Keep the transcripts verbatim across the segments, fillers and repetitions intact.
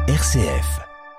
R C F.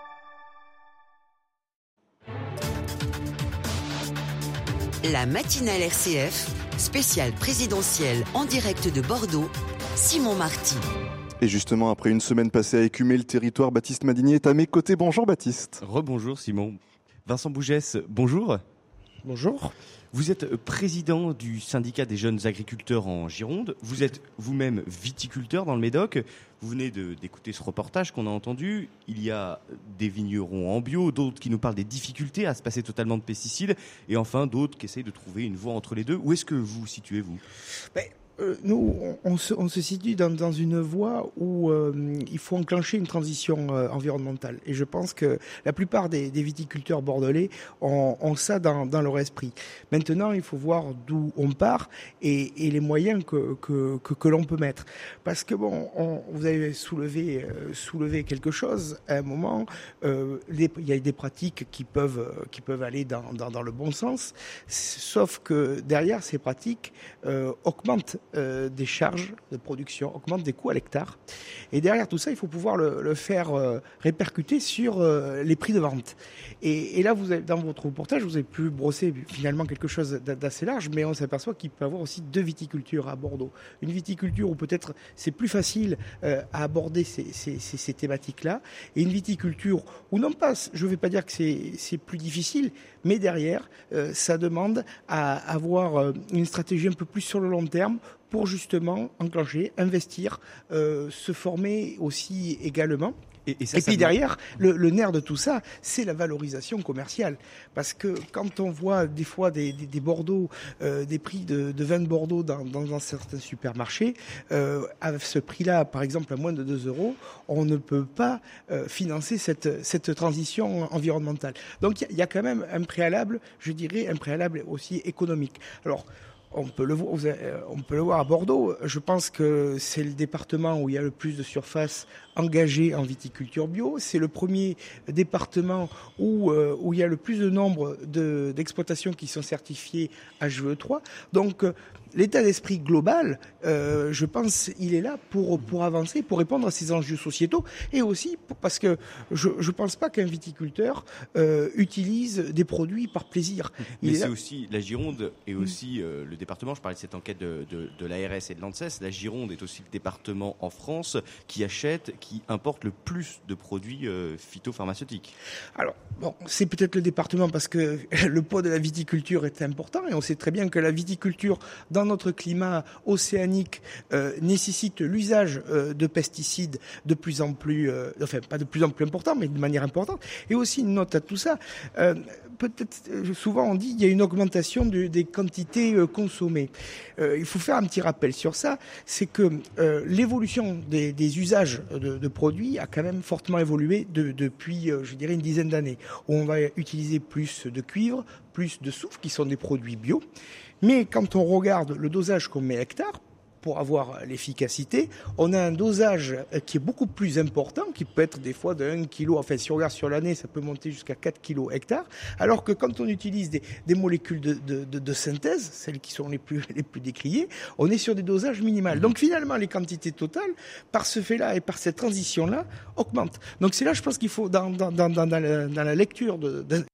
La matinale R C F, spéciale présidentielle en direct de Bordeaux, Simon Marty. Et justement, après une semaine passée à écumer le territoire, Baptiste Madinier est à mes côtés. Bonjour Baptiste. Rebonjour Simon. Vincent Bougès, bonjour. Bonjour. Vous êtes président du syndicat des jeunes agriculteurs en Gironde. Vous êtes vous-même viticulteur dans le Médoc. Vous venez de, d'écouter ce reportage qu'on a entendu. Il y a des vignerons en bio, d'autres qui nous parlent des difficultés à se passer totalement de pesticides, et enfin d'autres qui essayent de trouver une voie entre les deux. Où est-ce que vous vous situez, vous ? ben, euh, Nous, on, on, se, on se situe dans, dans une voie où euh, il faut enclencher une transition euh, environnementale. Et je pense que la plupart des, des viticulteurs bordelais ont, ont ça dans, dans leur esprit. Maintenant, il faut voir d'où on part et, et les moyens que, que, que, que l'on peut mettre. Parce que, bon, on, vous avez soulevé, euh, soulevé quelque chose à un moment. Euh, les, il y a des pratiques qui peuvent, qui peuvent aller dans, dans, dans le bon sens, sauf que derrière ces pratiques euh, augmentent Euh, des charges de production, augmente des coûts à l'hectare. Et derrière tout ça, il faut pouvoir le, le faire euh, répercuter sur euh, les prix de vente. Et, et là, vous avez, dans votre reportage, vous avez pu brosser finalement quelque chose d'assez large, mais on s'aperçoit qu'il peut y avoir aussi deux viticultures à Bordeaux. Une viticulture où peut-être c'est plus facile euh, à aborder ces, ces, ces, ces thématiques-là, et une viticulture où non pas, je ne vais pas dire que c'est, c'est plus difficile, mais derrière, euh, ça demande à avoir euh, une stratégie un peu plus sur le long terme pour justement enclencher, investir, euh, se former aussi également. Et, et, ça, et puis derrière, le, le nerf de tout ça, c'est la valorisation commerciale. Parce que quand on voit des fois des, des, des Bordeaux, euh, des prix de, de vin de Bordeaux dans, dans, dans certains supermarchés, euh, à ce prix-là, par exemple à moins de deux euros, on ne peut pas euh, financer cette, cette transition environnementale. Donc il y, y a quand même un préalable, je dirais, un préalable aussi économique. Alors, On peut, le voir, on peut le voir à Bordeaux. Je pense que c'est le département où il y a le plus de surface engagée en viticulture bio. C'est le premier département où, euh, où il y a le plus de nombre de, d'exploitations qui sont certifiées H V E trois. Donc, l'état d'esprit global, euh, je pense, il est là pour, pour avancer, pour répondre à ces enjeux sociétaux. Et aussi pour, parce que je ne pense pas qu'un viticulteur euh, utilise des produits par plaisir. Il Mais c'est là... aussi, la Gironde et aussi euh, le département, je parlais de cette enquête de, de, de l'A R S et de l'ANSES, la Gironde est aussi le département en France qui achète, qui importe le plus de produits euh, phytopharmaceutiques. Alors, bon, c'est peut-être le département parce que le poids de la viticulture est important et on sait très bien que la viticulture, dans notre climat océanique, euh, nécessite l'usage euh, de pesticides de plus en plus, euh, enfin pas de plus en plus important, mais de manière importante. Et aussi une note à tout ça, euh, peut-être souvent on dit qu'il y a une augmentation de, des quantités euh, consommées. Euh, il faut faire un petit rappel sur ça, c'est que euh, l'évolution des, des usages de, de produits a quand même fortement évolué de, depuis, euh, je dirais, une dizaine d'années, où on va utiliser plus de cuivre, plus de soufre, qui sont des produits bio. Mais quand on regarde le dosage qu'on met hectare, pour avoir l'efficacité, on a un dosage qui est beaucoup plus important, qui peut être des fois de un kilo, enfin si on regarde sur l'année, ça peut monter jusqu'à quatre kilos hectare, alors que quand on utilise des, des molécules de, de, de, de synthèse, celles qui sont les plus, les plus décriées, on est sur des dosages minimales. Donc finalement, les quantités totales, par ce fait-là et par cette transition-là, augmentent. Donc c'est là, je pense qu'il faut, dans, dans, dans, dans, la, dans la lecture de, de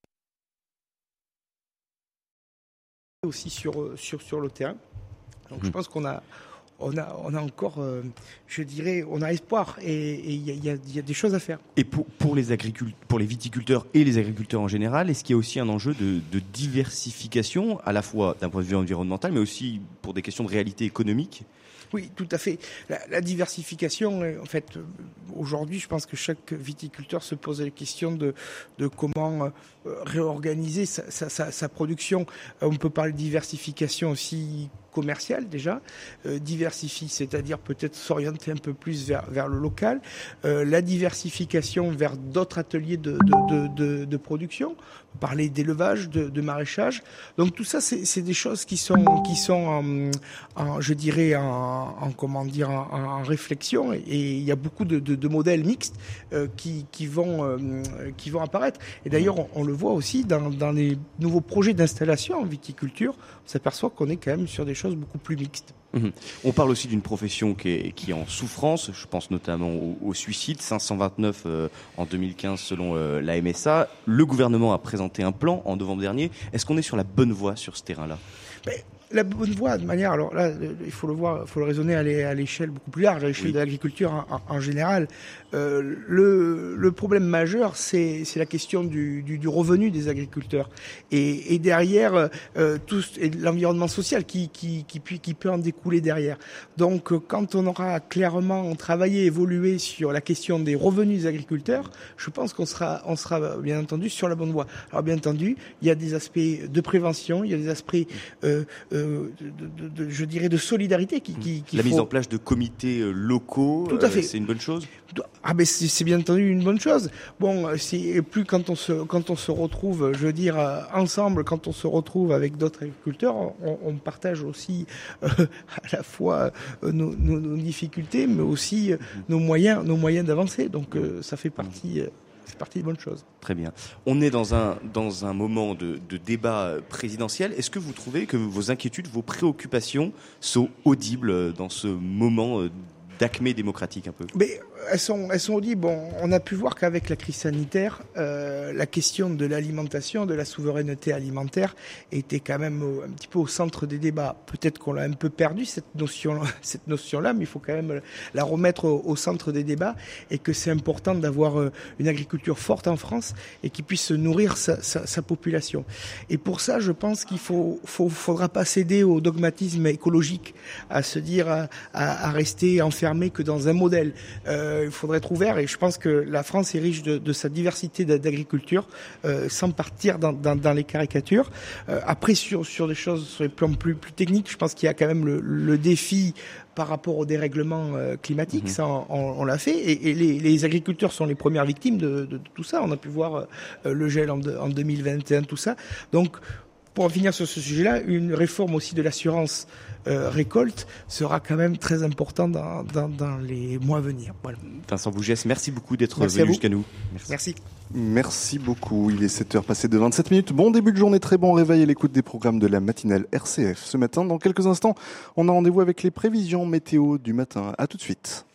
aussi sur, sur, sur le terrain. Donc je pense qu'on a On a, on a encore, euh, je dirais, on a espoir et il y, y, y a des choses à faire. Et pour, pour, les agricult- pour les viticulteurs et les agriculteurs en général, est-ce qu'il y a aussi un enjeu de, de diversification, à la fois d'un point de vue environnemental, mais aussi pour des questions de réalité économique ? Oui, tout à fait. La, la diversification, en fait, aujourd'hui, je pense que chaque viticulteur se pose la question de, de comment euh, réorganiser sa, sa, sa, sa production. On peut parler de diversification aussi commerciale déjà, euh, diversifie, c'est-à-dire peut-être s'orienter un peu plus vers, vers le local, euh, la diversification vers d'autres ateliers de, de, de, de, de production, parler d'élevage, de, de maraîchage. Donc tout ça, c'est, c'est des choses qui sont, qui sont en, en, je dirais, en, en comment dire, en, en réflexion. Et il y a beaucoup de, de, de modèles mixtes euh, qui, qui, vont, euh, qui vont apparaître. Et d'ailleurs, on, on le voit aussi dans, dans les nouveaux projets d'installation en viticulture. On s'aperçoit qu'on est quand même sur des choses beaucoup plus mixtes. Mmh. On parle aussi d'une profession qui est, qui est en souffrance, je pense notamment au, au suicide, cinq cent vingt-neuf euh, en deux mille quinze selon euh, la M S A. Le gouvernement a présenté un plan en novembre dernier. Est-ce qu'on est sur la bonne voie sur ce terrain-là ? Mais la bonne voie, de manière, alors là, il faut le voir, il faut le raisonner à l'échelle beaucoup plus large, à l'échelle oui. de l'agriculture en, en, en général. Euh, le, le problème majeur, c'est la question du, du, du revenu des agriculteurs. Et, et derrière, euh, tout l'environnement social qui, qui, qui, qui peut en découler derrière. Donc, quand on aura clairement travaillé, évolué sur la question des revenus des agriculteurs, je pense qu'on sera, on sera bien entendu sur la bonne voie. Alors, bien entendu, il y a des aspects de prévention, il y a des aspects, euh, euh, de, de, de, je dirais, de solidarité qui, qui, qui La faut... mise en place de comités locaux, tout à fait. Euh, c'est une bonne chose. Ah ben c'est bien entendu une bonne chose. Bon, c'est plus quand on se quand on se retrouve, je veux dire ensemble, quand on se retrouve avec d'autres agriculteurs, on, on partage aussi euh, à la fois euh, nos, nos, nos difficultés, mais aussi euh, nos moyens, nos moyens d'avancer. Donc euh, ça fait partie. Euh, C'est partie des bonnes choses. Très bien. On est dans un, dans un moment de, de débat présidentiel. Est-ce que vous trouvez que vos inquiétudes, vos préoccupations sont audibles dans ce moment d'acmé démocratique un peu ? Mais elles sont, elles sont audibles. Bon, on a pu voir qu'avec la crise sanitaire, euh, la question de l'alimentation, de la souveraineté alimentaire était quand même au, un petit peu au centre des débats. Peut-être qu'on l'a un peu perdu, cette notion, cette notion-là, mais il faut quand même la remettre au, au centre des débats et que c'est important d'avoir une agriculture forte en France et qui puisse nourrir sa, sa, sa population. Et pour ça, je pense qu'il faut, faut, faudra pas céder au dogmatisme écologique, à se dire, à, à, à rester enfermé que dans un modèle. Euh, il faudrait être ouvert et je pense que la France est riche de, de sa diversité d'agriculture euh, sans partir dans, dans, dans les caricatures. Euh, après, sur, sur des choses, sur les plans plus, plus techniques, je pense qu'il y a quand même le, le défi par rapport au dérèglement euh, climatique, mmh. ça on, on, on l'a fait, et, et les, les agriculteurs sont les premières victimes de, de, de tout ça. On a pu voir euh, le gel en, de, en deux mille vingt et un, tout ça. Donc, pour en finir sur ce sujet-là, une réforme aussi de l'assurance euh, récolte sera quand même très importante dans, dans, dans les mois à venir. Voilà. Vincent Bougès, merci beaucoup d'être venu jusqu'à nous. Merci. merci. Merci beaucoup. Il est sept heures passées de vingt-sept minutes. Bon début de journée, très bon réveil et l'écoute des programmes de la matinale R C F. Ce matin, dans quelques instants, on a rendez-vous avec les prévisions météo du matin. À tout de suite.